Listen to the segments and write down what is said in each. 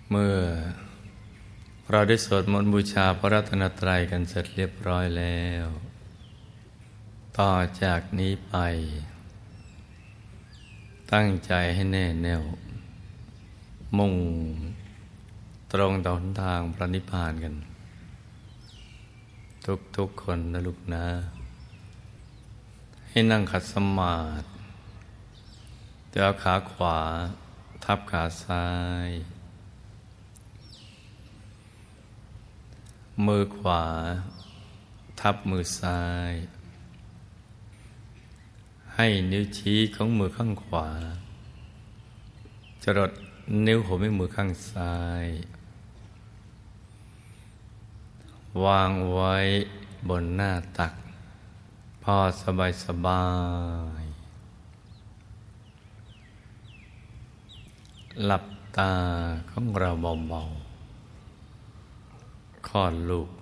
เมื่อเราได้สวดมนต์บูชาพระรัตนตรัยกันเสร็จเรียบร้อยแล้วต่อจากนี้ไปตั้งใจให้แน่แน่วมุ่งตรงต่อหนทางพระนิพพานกันทุกคนนะลูกนะให้นั่งขัดสมาธิจะเอาขาขวาทับขาซ้ายมือขวาทับมือซ้ายให้นิ้วชี้ของมือข้างขวาจรดนิ้วหัวแม่มือข้างซ้ายวางไว้บนหน้าตักพอสบายหลับตาของเราเบาๆคลอดลูก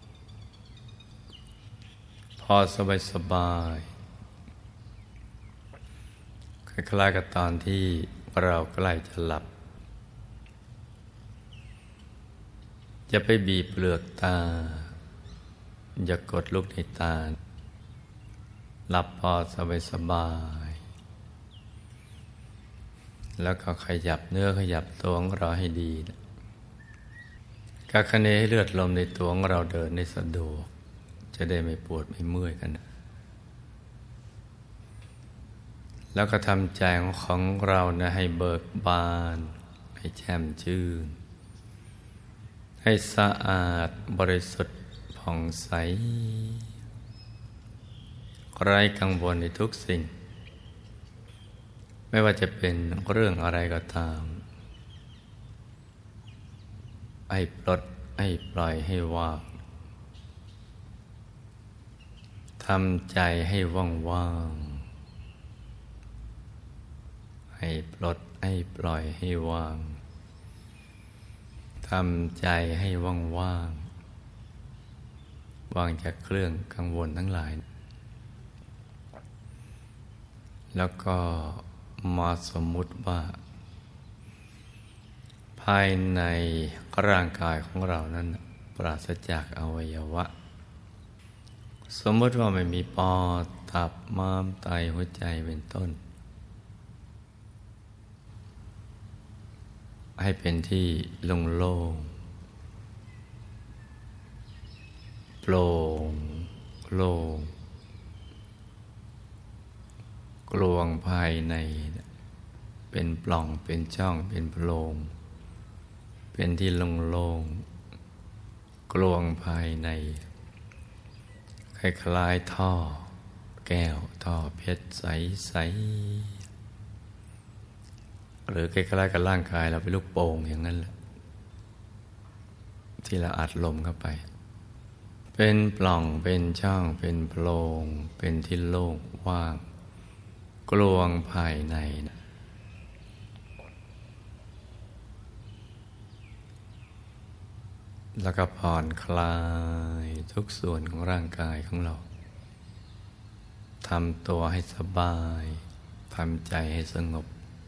พอสบายคล้ายๆกับตอนที่เราใกล้จะหลับอย่าไปบีบเปลือกตาอย่ากดลูกในตาหลับพอสบายแล้วก็ขยับเนื้อขยับตัวของเราให้ดีการคะเนให้เลือดลมในตัวของเราเดินได้สะดวกจะได้ไม่ปวดไม่เมื่อยกันแล้วก็ทำใจของเรานะให้เบิกบานให้แช่มชื่นให้สะอาดบริสุทธิ์ผ่องใสไร้กังวลในทุกสิ่งไม่ว่าจะเป็นเรื่องอะไรก็ตามให้ปลดให้ปล่อยให้ว่างทำใจให้ว่างให้ปลดให้ปล่อยให้ว่างทำใจให้ว่างจากเครื่องกังวลทั้งหลายแล้วก็มาสมมุติว่าภายในร่างกายของเรานั้นปราศจากอวัยวะสมมติว่าไม่มีปอดตับม้ามไตหัวใจเป็นต้นให้เป็นที่โล่งโปร่งโล่งกลวงภายในเป็นปล่องเป็นช่องเป็นโพรงเป็นที่โล่งกลวงภายในคล้ายๆท่อแก้วท่อเพชรใสหรือคล้ายๆกับร่างกายเราเป็นลูกโป่งอย่างนั้นแหละที่เราอัดลมเข้าไปเป็นปล่องเป็นช่องเป็นโพรงเป็นที่โล่งว่างกลวงภายในนะแล้วก็ผ่อนคลายทุกส่วนของร่างกายของเราทำตัวให้สบายทำใจให้สงบ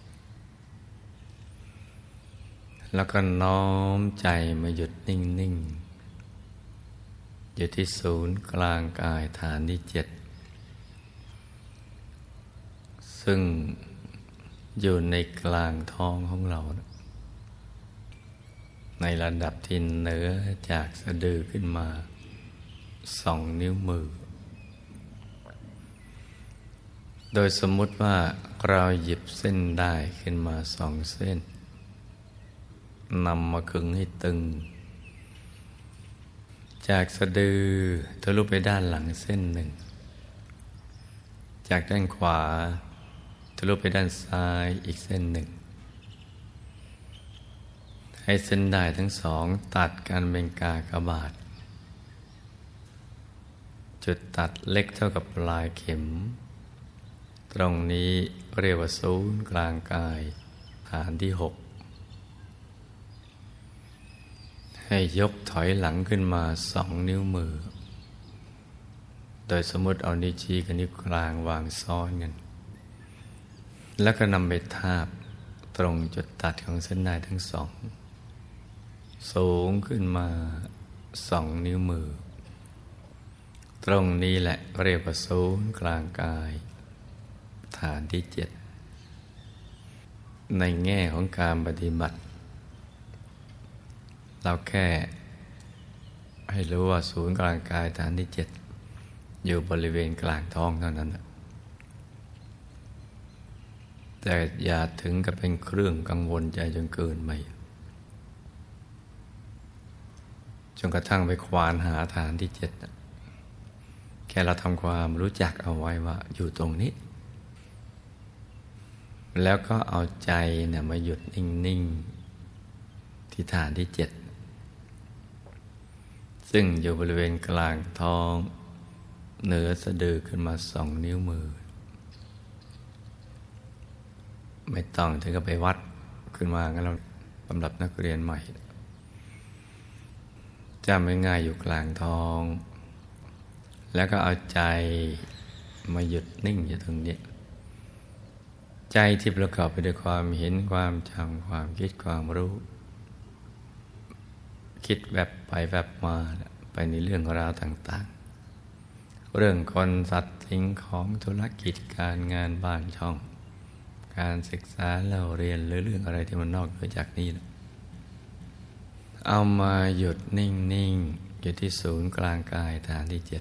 แล้วก็น้อมใจมาหยุดนิ่งๆอยู่ที่ศูนย์กลางกายฐานที่7ซึ่งอยู่ในกลางท้องของเราในระดับที่เหนือจากสะดือขึ้นมา2 นิ้วมือโดยสมมุติว่าเราหยิบเส้นด้ายขึ้นมา2 เส้นนำมาขึงให้ตึงจากสะดือทะลุไปด้านหลังเส้นหนึ่งจากด้านขวาทะลุไปด้านซ้ายอีกเส้นหนึ่งให้เส้นด้ายทั้งสองตัดกันเป็นกากบาทจุดตัดเล็กเท่ากับปลายเข็มตรงนี้เรียกว่าศูนย์กลางกายฐานที่6ให้ยกถอยหลังขึ้นมา2 นิ้วมือโดยสมมติเอานิ้วชี้กับนิ้วกลางวางซ้อนกันแล้วก็นำไปทาบตรงจุดตัดของเส้นด้ายทั้งสองสูงขึ้นมา2 นิ้วมือตรงนี้แหละเรียกว่าศูนย์กลางกายฐานที่ 7ในแง่ของการปฏิบัติเราแค่ให้รู้ว่าศูนย์กลางกายฐานที่ 7อยู่บริเวณกลางท้องเท่านั้นแต่อย่าถึงกับเป็นเครื่องกังวลใจจนเกินไปจนกระทั่งไปควานหาฐานที่ 7แค่เราทำความรู้จักเอาไว้ว่าอยู่ตรงนี้แล้วก็เอาใจเนี่ยมาหยุดนิ่งๆที่ฐานที่ 7ซึ่งอยู่บริเวณกลางท้องเหนือสะดือขึ้นมา2 นิ้วมือไม่ต้องถึงกับไปวัดขึ้นมางั้นเราสำหรับนักเรียนใหม่จำง่ายๆอยู่กลางท้องแล้วก็เอาใจมาหยุดนิ่งอยู่ตรงนี้ใจที่ประกอบไปด้วยความเห็นความจำความคิดความรู้คิดแวบไปแวบมาไปในเรื่องราวต่างๆเรื่องคนสัตว์สิ่งของธุรกิจการงานบ้านช่องการศึกษาเล่าเรียนหรือเรื่องอะไรที่มันนอกเหนือจากนี้เอามาหยุดนิ่งๆอยู่ที่ศูนย์กลางกายฐานที่ 7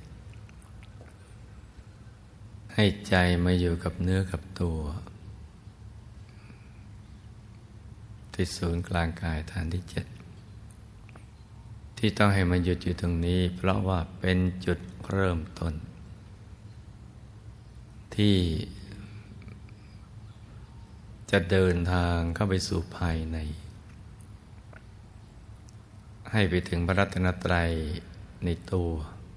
ให้ใจมาอยู่กับเนื้อกับตัวที่ศูนย์กลางกายฐานที่ 7ที่ต้องให้มันหยุดอยู่ตรงนี้เพราะว่าเป็นจุดเริ่มต้นที่จะเดินทางเข้าไปสู่ภายในให้ไปถึงพระรัตนตรัยในตัว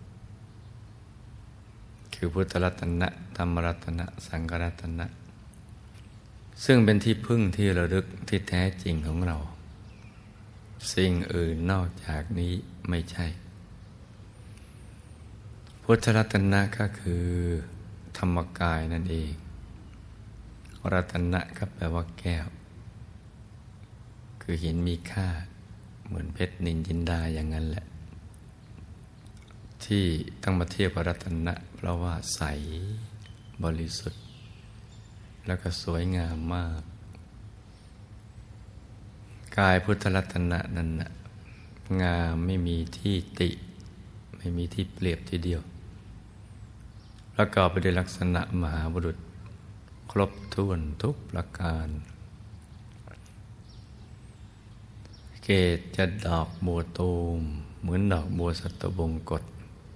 คือพุทธรัตนะธรรมรัตนะสังฆรัตนะซึ่งเป็นที่พึ่งที่ระลึกที่แท้จริงของเราสิ่งอื่นนอกจากนี้ไม่ใช่พุทธรัตนะก็คือธรรมกายนั่นเองรัตนะก็แปลว่าแก้วคือหินมีค่าเหมือนเพชรนิลจินดาอย่างนั้นแหละที่ต้องมาเทียบกับรัตนะเพราะว่าใสบริสุทธิ์แล้วก็สวยงามมากกายพุทธรัตนะนั้นนะงามไม่มีที่ติไม่มีที่เปรียบทีเดียวประกอบไปด้วยลักษณะมหาบุรุษครบถ้วนทุกประการเกศจะดอกบัวตูมเหมือนดอกบัวสัตบงกฎ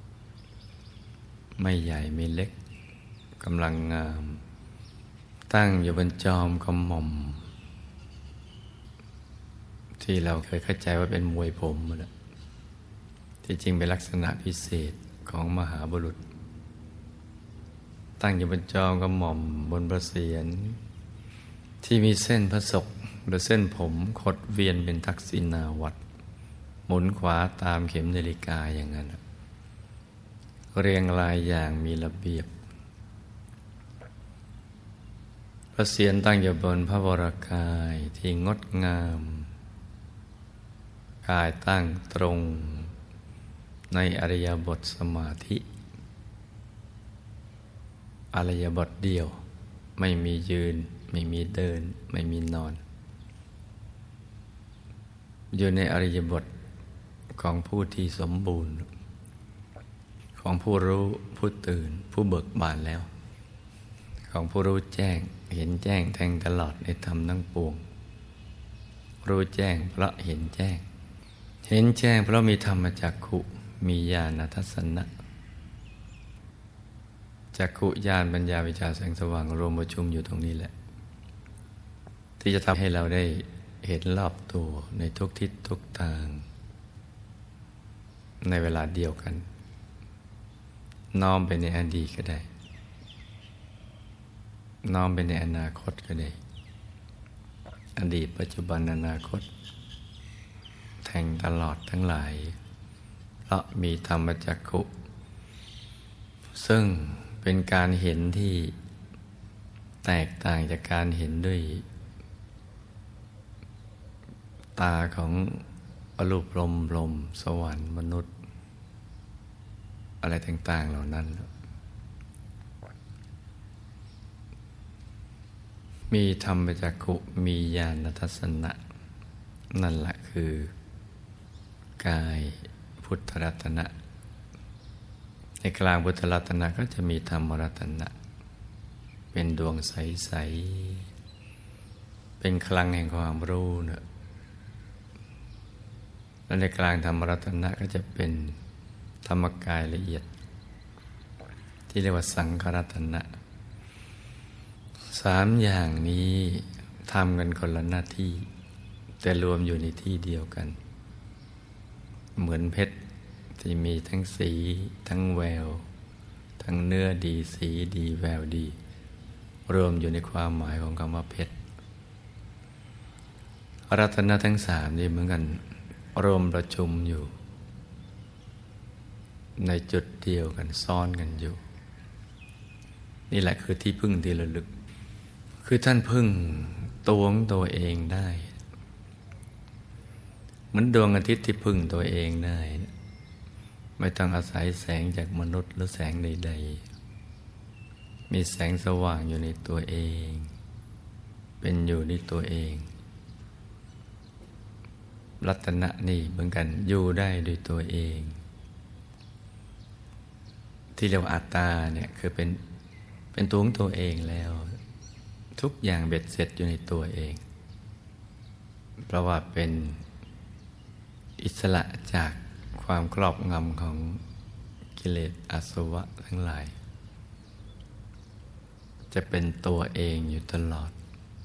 ไม่ใหญ่ไม่เล็กกำลังงามตั้งอยู่บนจอมกระหม่อมที่เราเคยเข้าใจว่าเป็นมวยผมนะที่จริงเป็นลักษณะพิเศษของมหาบุรุษตั้งอยู่บนจอมกระหม่อมบนประเศียรที่มีเส้นพระศกหรือเส้นผมขดเวียนเป็นทักษิณาวัตรหมุนขวาตามเข็มนาฬิกาอย่างนั้นเรียงรายอย่างมีระเบียบพระเศียรตั้งอยู่บนพระวรกายที่งดงามกายตั้งตรงในอริยบทสมาธิอริยบทเดียวไม่มียืนไม่มีเดินไม่มีนอนอยู่ในอริยบทของผู้ที่สมบูรณ์ของผู้รู้ผู้ตื่นผู้เบิกบานแล้วของผู้รู้แจ้งเห็นแจ้งแทงตลอดในธรรมทั้งปวงรู้แจ้งเพราะเห็นแจ้งเห็นแจ้งเพราะมีธรรมจักขุมีญาณทัสสนะจักขุญาณปัญญาวิชาแสงสว่างรวมประชุมอยู่ตรงนี้แหละที่จะทำให้เราได้เห็นรอบตัวในทุกทิศทุกทางในเวลาเดียวกันน้อมไปในอดีตก็ได้น้อมไปในอนาคตก็ได้อดีตปัจจุบันอนาคตแทงตลอดทั้งหลายเพราะมีธรรมจักขุซึ่งเป็นการเห็นที่แตกต่างจากการเห็นด้วยตาของรูปพรหมพรหมสวรรค์มนุษย์อะไรต่างๆเหล่านั้นมีธรรมจักขุมีญาณทัสสนะนั่นแหละคือกายพุทธรัตนะในกลางพุทธรัตนะก็จะมีธรรมรัตนะเป็นดวงใสๆเป็นคลังแห่งความรู้นะและในกลางธรรมรัตนะก็จะเป็นธรรมกายละเอียดที่เรียกว่าสังขรัตนะสามอย่างนี้ทำกันคนละหน้าที่แต่รวมอยู่ในที่เดียวกันเหมือนเพชรที่มีทั้งสีทั้งแววทั้งเนื้อดีสีดีแววดีรวมอยู่ในความหมายของคำว่าเพชรรัตนะทั้งสามนี่เหมือนกันรวมประชุมอยู่ในจุดเดียวกันซ่อนกันอยู่นี่แหละคือที่พึ่งที่ระลึกคือท่านพึ่งตัวของตัวเองได้เหมือนดวงอาทิตย์ที่พึ่งตัวเองได้ไม่ต้องอาศัยแสงจากมนุษย์หรือแสงใดๆมีแสงสว่างอยู่ในตัวเองเป็นอยู่ในตัวเองรัตนะนี่เหมือนกันอยู่ได้ด้วยตัวเองที่เรียกว่าอัตตาเนี่ยคือเป็นตัวของตัวเองแล้วทุกอย่างเบ็ดเสร็จอยู่ในตัวเองเพราะว่าเป็นอิสระจากความครอบงำของกิเลสอาสวะทั้งหลายจะเป็นตัวเองอยู่ตลอด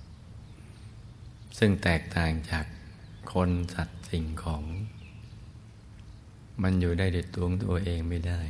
ซึ่งแตกต่างจากคนสัตว์สิ่งของมันอยู่ได้ด้วยตัวของตัวเองไม่ได้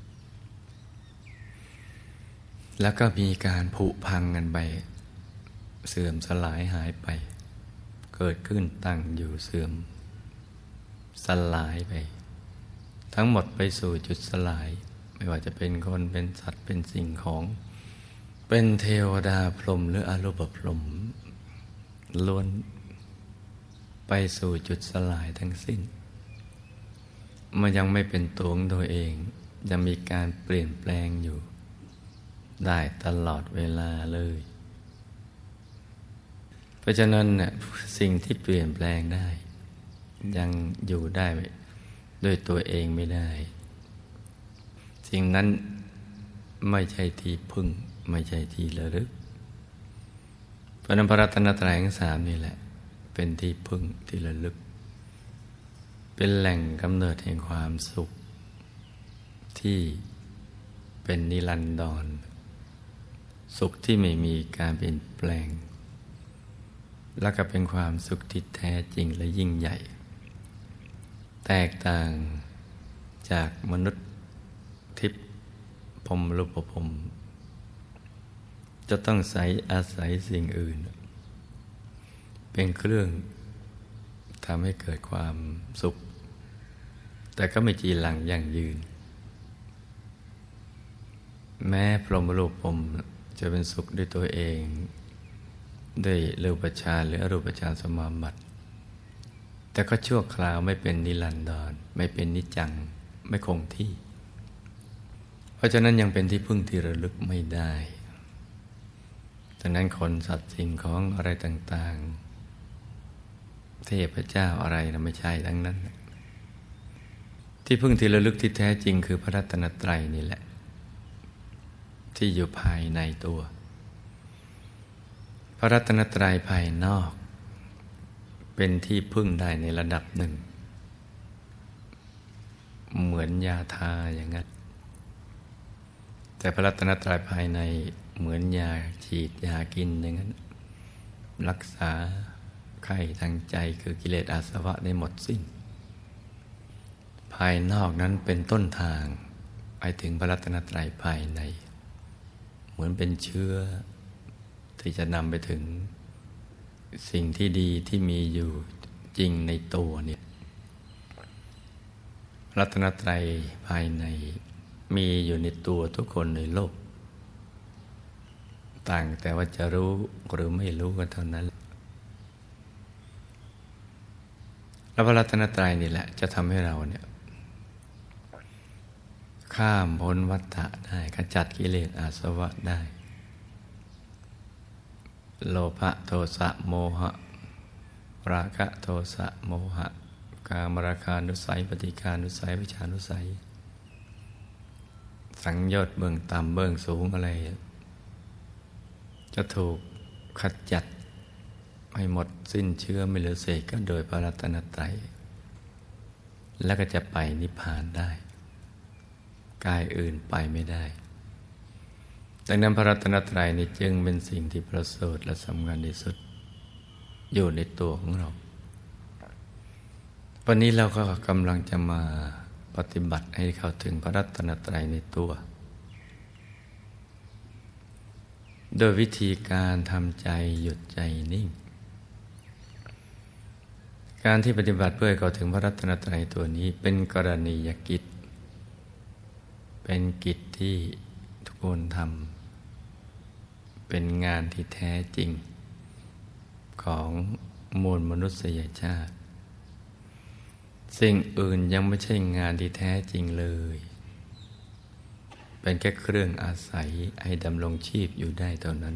แล้วก็มีการผุพังกันไปเสื่อมสลายหายไปเกิดขึ้นตั้งอยู่เสื่อมสลายไปทั้งหมดไปสู่จุดสลายไม่ว่าจะเป็นคนเป็นสัตว์เป็นสิ่งของเป็นเทวดาพรหมหรืออรูปพรหมล้วนไปสู่จุดสลายทั้งสิ้นมันยังไม่เป็นตัวของตัวเองยังมีการเปลี่ยนแปลงอยู่ได้ตลอดเวลาเลยเพราะฉะนั้นเนี่ยสิ่งที่เปลี่ยนแปลงได้ยังอยู่ได้ด้วยตัวเองไม่ได้สิ่งนั้นไม่ใช่ที่พึ่งไม่ใช่ที่ระลึกเพราะนั้นพระรัตนตรัยทั้งสามนี่แหละเป็นที่พึ่งที่ระลึกเป็นแหล่งกำเนิดแห่งความสุขที่เป็นนิรันดรสุขที่ไม่มีการเปลี่ยนแปลงและก็เป็นความสุขที่แท้จริงและยิ่งใหญ่แตกต่างจากมนุษย์ทิพย์พรหมรูปพรหมจะต้องอาศัยสิ่งอื่นเป็นเครื่องทำให้เกิดความสุขแต่ก็ไม่จีรังยั่งยืนแม้พรหมรูปพรหมจะเป็นสุขด้วยตัวเองด้วยรูปฌานหรืออรูปฌานสมาบัติแต่ก็ชั่วคราวไม่เป็นนิรันดรไม่เป็นนิจจังไม่คงที่เพราะฉะนั้นยังเป็นที่พึ่งที่ระลึกไม่ได้ดังนั้นคนสัตว์สิ่งของอะไรต่างๆเทพเจ้าอะไรนะไม่ใช่ทั้งนั้นที่พึ่งที่ระลึกที่แท้จริงคือพระรัตนตรัยนี่แหละที่อยู่ภายในตัวพระรัตนตรัยภายนอกเป็นที่พึ่งได้ในระดับหนึ่งเหมือนยาทาอย่างนั้นแต่พระรัตนตรัยภายในเหมือนยาฉีดยากินอย่างนั้นรักษาไข้ทางใจคือกิเลสอาสวะได้หมดสิ้นภายนอกนั้นเป็นต้นทางไปถึงพระรัตนตรัยภายในเหมือนเป็นเชื้อที่จะนำไปถึงสิ่งที่ดีที่มีอยู่จริงในตัวเนี่ยรัตนตรัยภายในมีอยู่ในตัวทุกคนในโลกต่างแต่ว่าจะรู้หรือไม่รู้กันเท่านั้นพระรัตนตรัยนี่แหละจะทำให้เราเนี่ยข้ามพ้นวัฏฏะได้ขจัดกิเลสอาสวะได้โลภะโทสะโมหะราคะโทสะโมหะกามราคานุสัยปฏิฆานุสัยวิชานุสัยสังโยชน์เบื้องต่ำเบื้องสูงอะไรจะถูกขจัดให้หมดสิ้นเชื้อไม่เหลือเศษก็โดยพระรัตนตรัยแล้วก็จะไปนิพพานได้กายอื่นไปไม่ได้ดังนั้นพระรัตนตรัยนี้จึงเป็นสิ่งที่ประเสริฐและสำคัญที่สุดอยู่ในตัวของเราวันนี้เราก็กำลังจะมาปฏิบัติให้เข้าถึงพระรัตนตรัยในตัวโดยวิธีการทำใจหยุดใจนิ่งการที่ปฏิบัติเพื่อเข้าถึงพระรัตนตรัยตัวนี้เป็นกรณียกิจเป็นกิจที่ทุกคนทำเป็นงานที่แท้จริงของมวลมนุษยชาติสิ่งอื่นยังไม่ใช่งานที่แท้จริงเลยเป็นแค่เครื่องอาศัยให้ดำรงชีพอยู่ได้เท่านั้น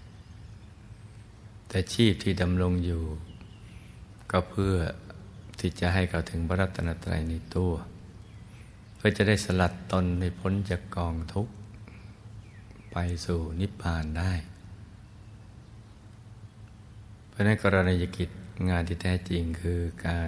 แต่ชีพที่ดำรงอยู่ก็เพื่อที่จะให้เข้าถึงพระรัตนตรัยในตัวเพื่อจะได้สลัดตนให้พ้นจากกองทุกข์ไปสู่นิพพานได้เพราะนั้นกรณียกิจงานที่แท้จริงคือการ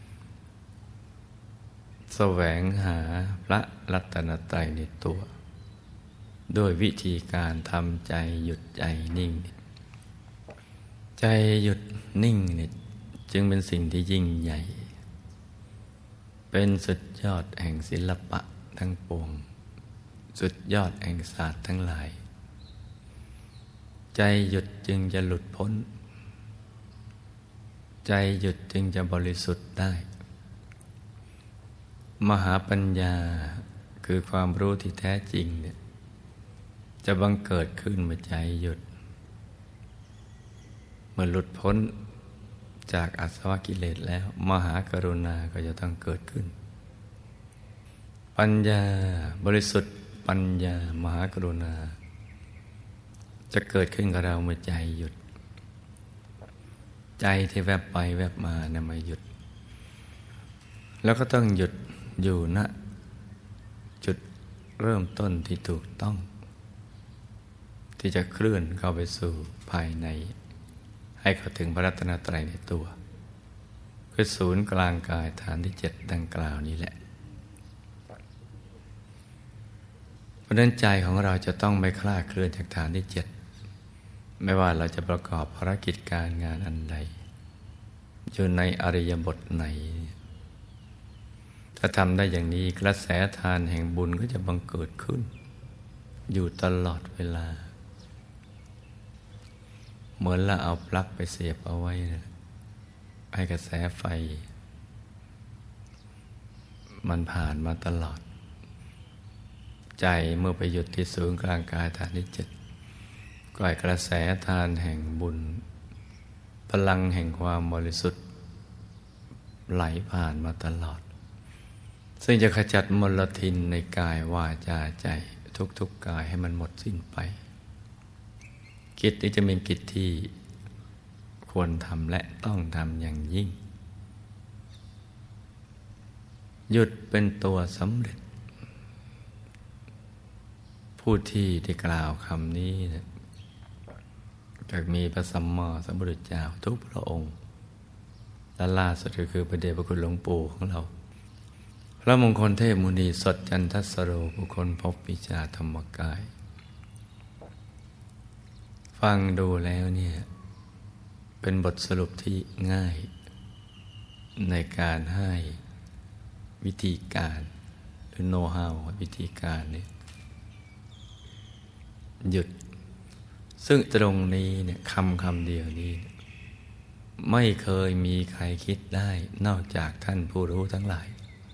แสวงหาพระรัตนตรัยในตัวโดยวิธีการทำใจหยุดใจนิ่งใจหยุดนิ่งเนี่ยจึงเป็นสิ่งที่ยิ่งใหญ่เป็นสุดยอดแห่งศิลปะทั้งปวงสุดยอดแห่งศาสตร์ทั้งหลายใจหยุดจึงจะหลุดพ้นใจหยุดจึงจะบริสุทธิ์ได้มหาปัญญาคือความรู้ที่แท้จริงเนี่ยจะบังเกิดขึ้นเมื่อใจหยุดเมื่อหลุดพ้นจากอาสวะกิเลสแล้วมหากรุณาก็จะต้องเกิดขึ้นปัญญาบริสุทธิ์ปัญญามหากรุณาจะเกิดขึ้นกับเราเมื่อใจหยุดใจที่แวบไปแวบมาเนี่ยมาหยุดแล้วก็ต้องหยุดอยู่ณจุดเริ่มต้นที่ถูกต้องที่จะเคลื่อนเข้าไปสู่ภายในให้เข้าถึงพระรัตนตรัยในตัวคือศูนย์กลางกายฐานที่7ดังกล่าวนี้แหละเพราะนั้นใจของเราจะต้องไม่คลาดเคลื่อนจากฐานที่7ไม่ว่าเราจะประกอบภารกิจการงานอันใดอยู่ในอริยบทไหนถ้าทำได้อย่างนี้กระแสทานแห่งบุญก็จะบังเกิดขึ้นอยู่ตลอดเวลาเหมือนเราเอาปลั๊กไปเสียบเอาไว้นะให้กระแสไฟมันผ่านมาตลอดใจเมื่อไปหยุดที่ศูนย์กลางกายฐานที่7ก็ให้กระแสทานแห่งบุญพลังแห่งความบริสุทธิ์ไหลผ่านมาตลอดซึ่งจะขจัดมลทินในกายวาจาใจทุกๆกายให้มันหมดสิ้นไปกิจนี้จะเป็นกิจที่ควรทำและต้องทำอย่างยิ่งหยุดเป็นตัวสำเร็จผู้ที่ได้กล่าวคำนี้จะมีพระสัมมาสัมพุทธเจ้าทุกพระองค์และล่าสุดก็คือพระเดชพระคุณหลวงปู่ของเราพระมงคลเทพมุนีสดจันทสโรบุคคลพบวิชาธรรมกายฟังดูแล้วเนี่ยเป็นบทสรุปที่ง่ายในการให้วิธีการหรือโน้ตฮาววิธีการเนี่ยหยุดซึ่งตรงนี้เนี่ยคำเดียวนี้ไม่เคยมีใครคิดได้นอกจากท่านผู้รู้ทั้งหลาย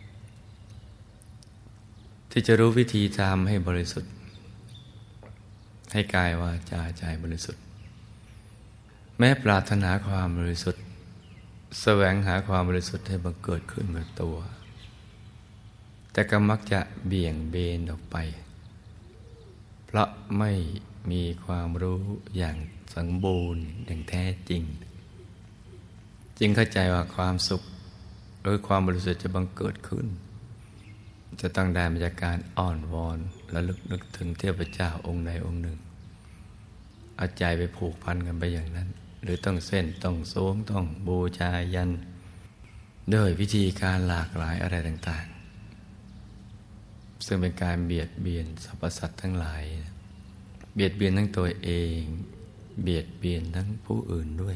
ที่จะรู้วิธีทำให้บริสุทธิ์ให้กายวาจาใจบริสุทธิ์แม้ปรารถนาความบริสุทธิ์แสวงหาความบริสุทธิ์ให้บังเกิดขึ้นกับตัวแต่ก็มักจะเบี่ยงเบนออกไปเพราะไม่มีความรู้อย่างสมบูรณ์อย่างแท้จริงจึงเข้าใจว่าความสุขหรือความบริสุทธิ์จะบังเกิดขึ้นจะต้องได้มาจากการอ้อนวอนและลึกนึกถึงเทพเจ้าองค์ใดองค์หนึ่งเอาใจไปผูกพันกันไปอย่างนั้นหรือต้องเส้นต้องโสมต้องบูชายันด้วยวิธีการหลากหลายอะไรต่างๆซึ่งเป็นการเบียดเบียนสรรพสัตว์ทั้งหลายเบียดเบียนทั้งตัวเองเบียดเบียนทั้งผู้อื่นด้วย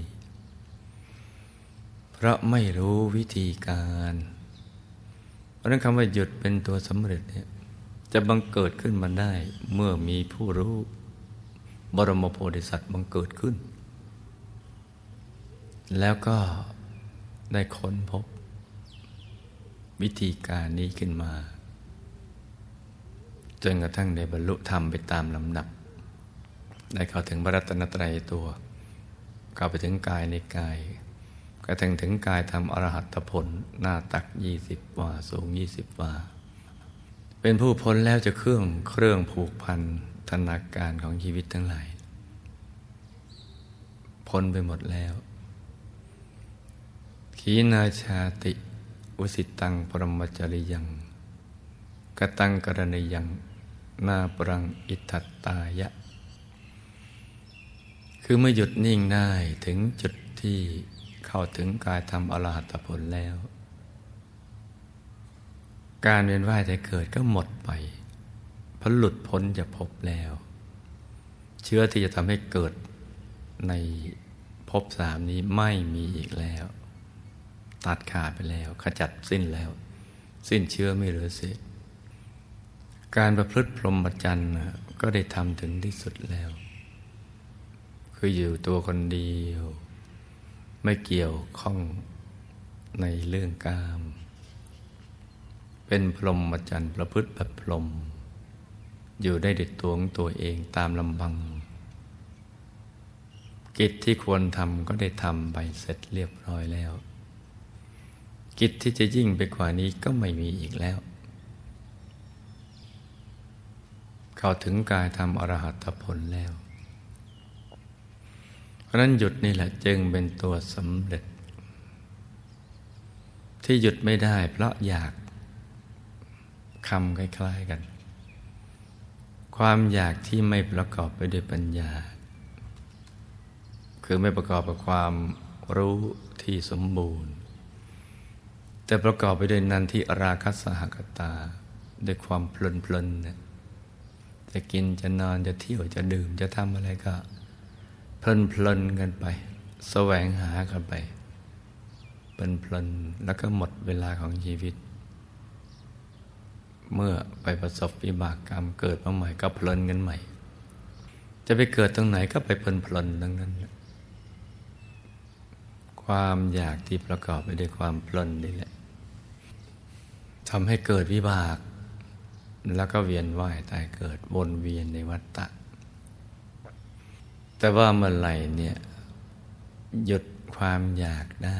เพราะไม่รู้วิธีการเพราะนั้นคำว่าหยุดเป็นตัวสำเร็จเนี่ยจะบังเกิดขึ้นมาได้เมื่อมีผู้รู้บรมโพธิสัตว์บังเกิดขึ้นแล้วก็ได้ค้นพบวิธีการนี้ขึ้นมาจนกระทั่งได้บรรลุธรรมไปตามลำดับได้เข้าถึงพระรัตนตรัยตัวเข้าไปถึงกายในกายกระทั่งถึงกายทำอรหัตผลหน้าตัก20 วาสูง20 วาเป็นผู้พ้นแล้วจะเครื่องผูกพันธนาการของชีวิตทั้งหลายพ้นไปหมดแล้วขีณาชาติอุสิตังปรมจริยังกตังกรณียังนาปรังอิทัตตายะคือเมื่อหยุดนิ่งได้ถึงจุดที่เข้าถึงกายธรรมอรหัตผลแล้วการเวียนว่ายแต่เกิดก็หมดไปเพราะหลุดพ้นจากภพแล้วเชื้อที่จะทำให้เกิดในภพ3นี้ไม่มีอีกแล้วตัดขาดไปแล้วขจัดสิ้นแล้วสิ้นเชื้อไม่เหลือเศษการประพฤติพรหมจรรย์ก็ได้ทำถึงที่สุดแล้วคืออยู่ตัวคนเดียวไม่เกี่ยวข้องในเรื่องกามเป็นพรหมจรรย์ประพฤติแบบพรหมอยู่ได้ด้วยตัวของตัวเองตามลำพังกิจที่ควรทำก็ได้ทำไปเสร็จเรียบร้อยแล้วกิจที่จะยิ่งไปกว่านี้ก็ไม่มีอีกแล้วเข้าถึงกายธรรมอรหัตผลแล้วเพราะนั้นหยุดนี่แหละจึงเป็นตัวสำเร็จที่หยุดไม่ได้เพราะอยากคำคล้ายๆกันความอยากที่ไม่ประกอบไปด้วยปัญญาคือไม่ประกอบกับความรู้ที่สมบูรณ์แต่ประกอบไปด้วยนันทิราคะสหกตาด้วยความเพลินๆเนี่ยจะกินจะนอนจะเที่ยวจะดื่มจะทำอะไรก็เพลินกันไปแสวงหากันไปเพลินแล้วก็หมดเวลาของชีวิตเมื่อไปประสบวิบากกรรมเกิดมาใหม่ก็เพลินกันใหม่จะไปเกิดตรงไหนก็ไปเพลินทั้งนั้นความอยากที่ประกอบไปด้วยความเพลินนี่แหละทำให้เกิดวิบากแล้วก็เวียนว่ายตายเกิดวนเวียนในวัฏฏะแต่ว่าเมื่อไหร่เนี่ยหยุดความอยากได้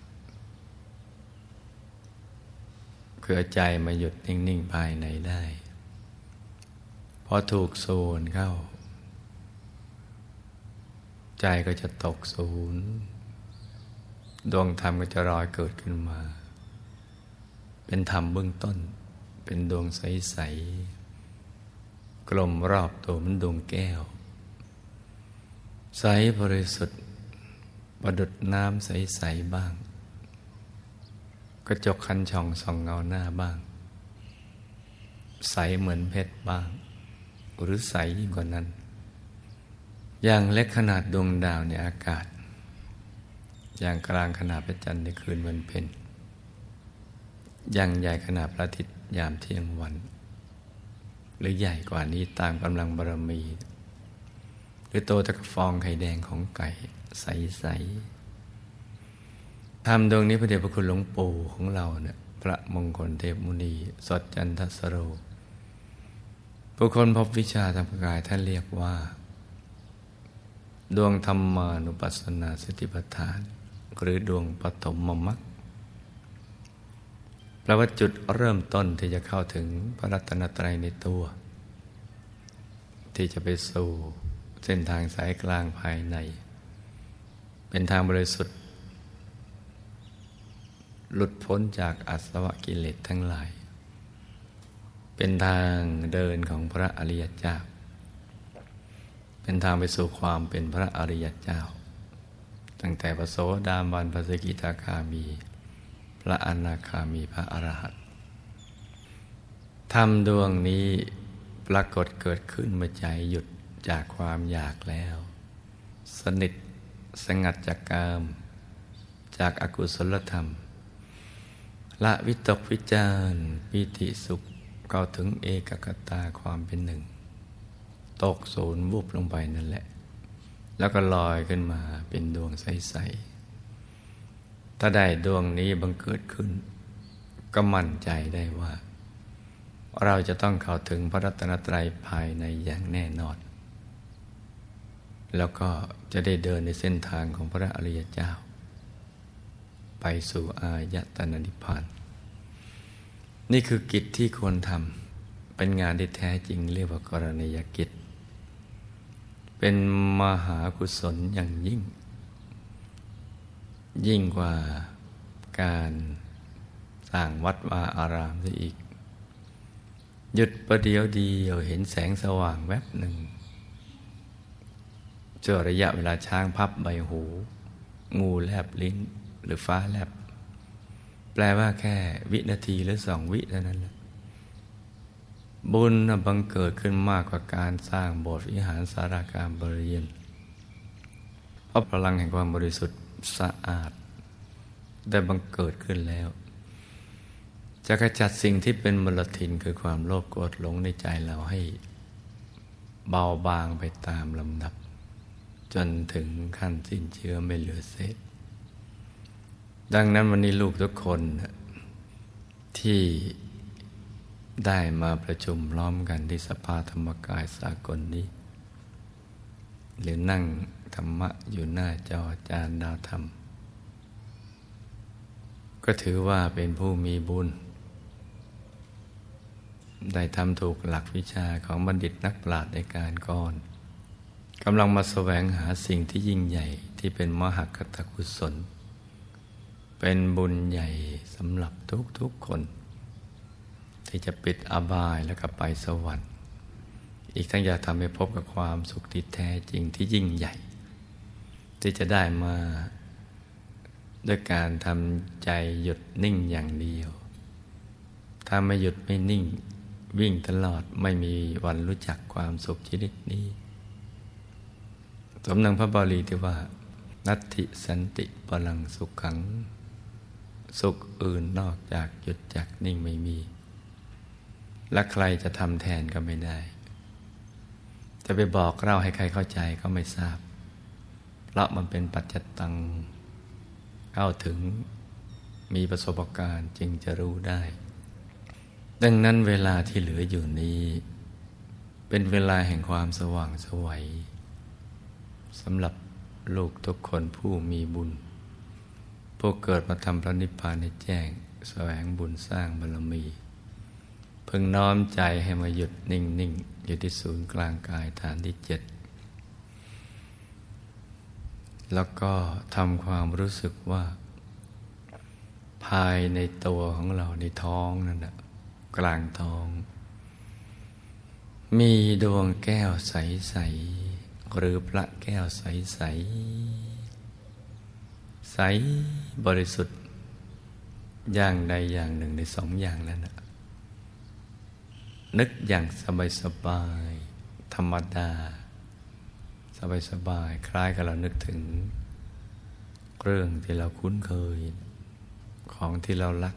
คือใจมาหยุดนิ่งๆภายในได้พอถูกโซนเข้าใจก็จะตกศูนย์ดวงธรรมก็จะลอยเกิดขึ้นมาเป็นธรรมเบื้องต้นเป็นดวงใสๆกลมรอบตัวมันดวงแก้วใสบริสุทธิ์ประดุจน้ำใสๆบ้างกระจกคันช่องส่องเงาหน้าบ้างใสเหมือนเพชรบ้างหรือใสยิ่งกว่านั้นอย่างเล็กขนาดดวงดาวในอากาศอย่างกลางขนาดพระจันทร์ในคืนวันเพ็ญอย่างใหญ่ขนาดพระอาทิตย์ยามเที่ยงวันหรือใหญ่กว่านี้ตามกำลังบารมีหรือโตเท่ากับฟองไข่แดงของไก่ใสๆธรรมดวงนี้พระเดชพระคุณหลวงปู่ของเราเนี่ยพระมงคลเทพมุนีสดจันทสโรผู้คนพบวิชาธรรมกายท่านเรียกว่าดวงธรรมานุปัสสนาสติปัฏฐานหรือดวงปฐมมรรคแปลว่าจุดเริ่มต้นที่จะเข้าถึงพระรัตนตรัยในตัวที่จะไปสู่เส้นทางสายกลางภายในเป็นทางบริสุทธิ์หลุดพ้นจากอาสวะกิเลสทั้งหลายเป็นทางเดินของพระอริยเจ้าเป็นทางไปสู่ความเป็นพระอริยเจ้าตั้งแต่พระโสดาบันพระสกิทาคามีพระอนาคามีพระอรหันต์ธรรมดวงนี้ปรากฏเกิดขึ้นเมื่อใจหยุดจากความอยากแล้วสนิทสงัดจากกามจากอกุศลธรรมละวิตกวิจารปิติสุขเข้าถึงเอกคตาความเป็นหนึ่งตกศูนย์วุบลงไปนั่นแหละแล้วก็ลอยขึ้นมาเป็นดวงใสๆถ้าได้ดวงนี้บังเกิดขึ้นก็มั่นใจได้ว่าเราจะต้องเข้าถึงพระรัตนตรัยภายในอย่างแน่นอนแล้วก็จะได้เดินในเส้นทางของพระอริยเจ้าไปสู่อายตนะนิพพานนี่คือกิจที่ควรทำเป็นงานที่แท้จริงเรียกว่ากรณียกิจเป็นมหากุศลอย่างยิ่งยิ่งกว่าการสร้างวัดวาอารามซะอีกหยุดประเดี๋ยวเดียวเห็นแสงสว่างแวบหนึ่งเจอระยะเวลาช้างพับใบหูงูแลบลิ้นหรือฟ้าแลบแปลว่าแค่วินาทีหรือ2 วิเท่านั้นแหละบุญบังเกิดขึ้นมากกว่าการสร้างโบสถ์วิหารสาราการประเรียนเพราะพลังแห่งความบริสุทธิ์สะอาดได้บังเกิดขึ้นแล้วจะขจัดสิ่งที่เป็นมลทินคือความโลภโกรธหลงในใจเราให้เบาบางไปตามลำดับจนถึงขั้นสิ้นเชื้อไม่เหลือเศษดังนั้นวันนี้ลูกทุกคนที่ได้มาประชุมพร้อมกันที่สภาธรรมกายสากลนี้หรือนั่งธรรมะอยู่หน้าจอจานดาวธรรมก็ถือว่าเป็นผู้มีบุญได้ทำถูกหลักวิชาของบัณฑิตนักปราชญ์ในการก่อนกำลังมาแสวงหาสิ่งที่ยิ่งใหญ่ที่เป็นมหากตกุศลเป็นบุญใหญ่สำหรับทุกๆคนที่จะปิดอบายแล้วก็ไปสวรรค์อีกทั้งอยากทำให้พบกับความสุขที่แท้จริงที่ยิ่งใหญ่ที่จะได้มาด้วยการทำใจหยุดนิ่งอย่างเดียวถ้าไม่หยุดไม่นิ่งวิ่งตลอดไม่มีวันรู้จักความสุขชนิดนี้สมดังพระบาลีที่ว่านัตถิสันติพลังสุขขังสุขอื่นนอกจากหยุดจากนิ่งไม่มีและใครจะทำแทนก็ไม่ได้จะไปบอกเล่าให้ใครเข้าใจก็ไม่ทราบเพราะมันเป็นปัจจตังเข้าถึงมีประสบการณ์จึงจะรู้ได้ดังนั้นเวลาที่เหลืออยู่นี้เป็นเวลาแห่งความสว่างไสวสำหรับลูกทุกคนผู้มีบุญผู้เกิดมาทำพระนิพพานให้แจ้งแสวงบุญสร้างบารมีพึงน้อมใจให้มาหยุดนิ่งๆอยู่ที่ศูนย์กลางกายฐานที่ 7แล้วก็ทำความรู้สึกว่าภายในตัวของเราในท้องนั่นนะกลางท้องมีดวงแก้วใสๆหรือพระแก้วใสๆใสบริสุทธิ์อย่างใดอย่างหนึ่งใน2 อย่างนั้นนะนึกอย่างสบายๆธรรมดาสบายๆคล้ายกับเรานึกถึงเรื่องที่เราคุ้นเคยของที่เรารัก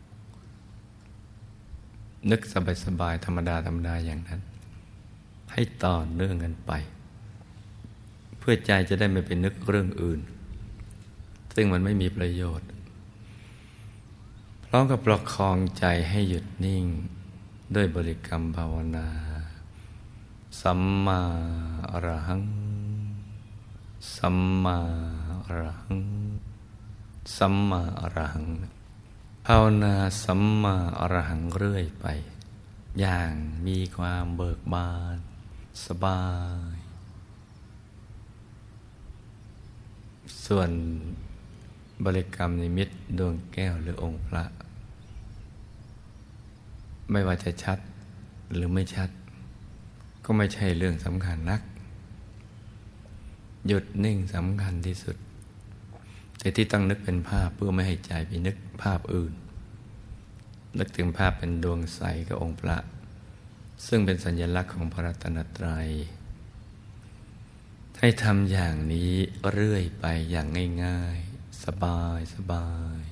นึกสบายๆธรรมดาอย่างนั้นให้ต่อเนื่องกันไปเพื่อใจจะได้ไม่ไปนึกเรื่องอื่นซึ่งมันไม่มีประโยชน์พร้อมกับประคองใจให้หยุดนิ่งด้วยบริกรรมภาวนาสัมมาอรหังสัมมาอรหังสัมมาอรหังภาวนาสัมมาอรหังเรื่อยไปอย่างมีความเบิกบานสบายส่วนบริกรรมนิมิตดวงแก้วหรือองค์พระไม่ว่าจะชัดหรือไม่ชัดก็ไม่ใช่เรื่องสำคัญนักหยุดนิ่งสำคัญที่สุดแต่ที่ต้องนึกเป็นภาพเพื่อไม่ให้ใจไปนึกภาพอื่นนึกถึงภาพเป็นดวงใสกับองค์พระซึ่งเป็นสัญลักษณ์ของพระรัตนตรัยให้ทำอย่างนี้เรื่อยไปอย่างง่ายๆสบาย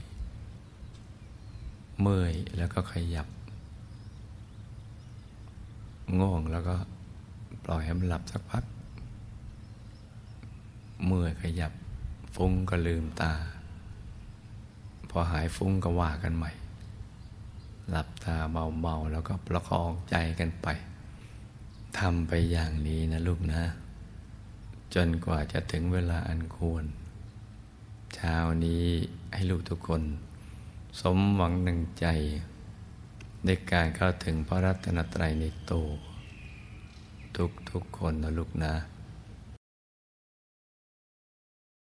เมื่อยแล้วก็ขยับง่วงแล้วก็ปล่อยให้มันหลับสักพักเมื่อยขยับฟุ้งก็ลืมตาพอหายฟุ้งก็ว่ากันใหม่หลับตาเบาๆแล้วก็ประคองใจกันไปทำไปอย่างนี้นะลูกนะจนกว่าจะถึงเวลาอันควรเช้านี้ให้ลูกทุกคนสมหวังดังใจในการเข้าถึงพระรัตนตรัยในตัวทุกคนนะลูกนะ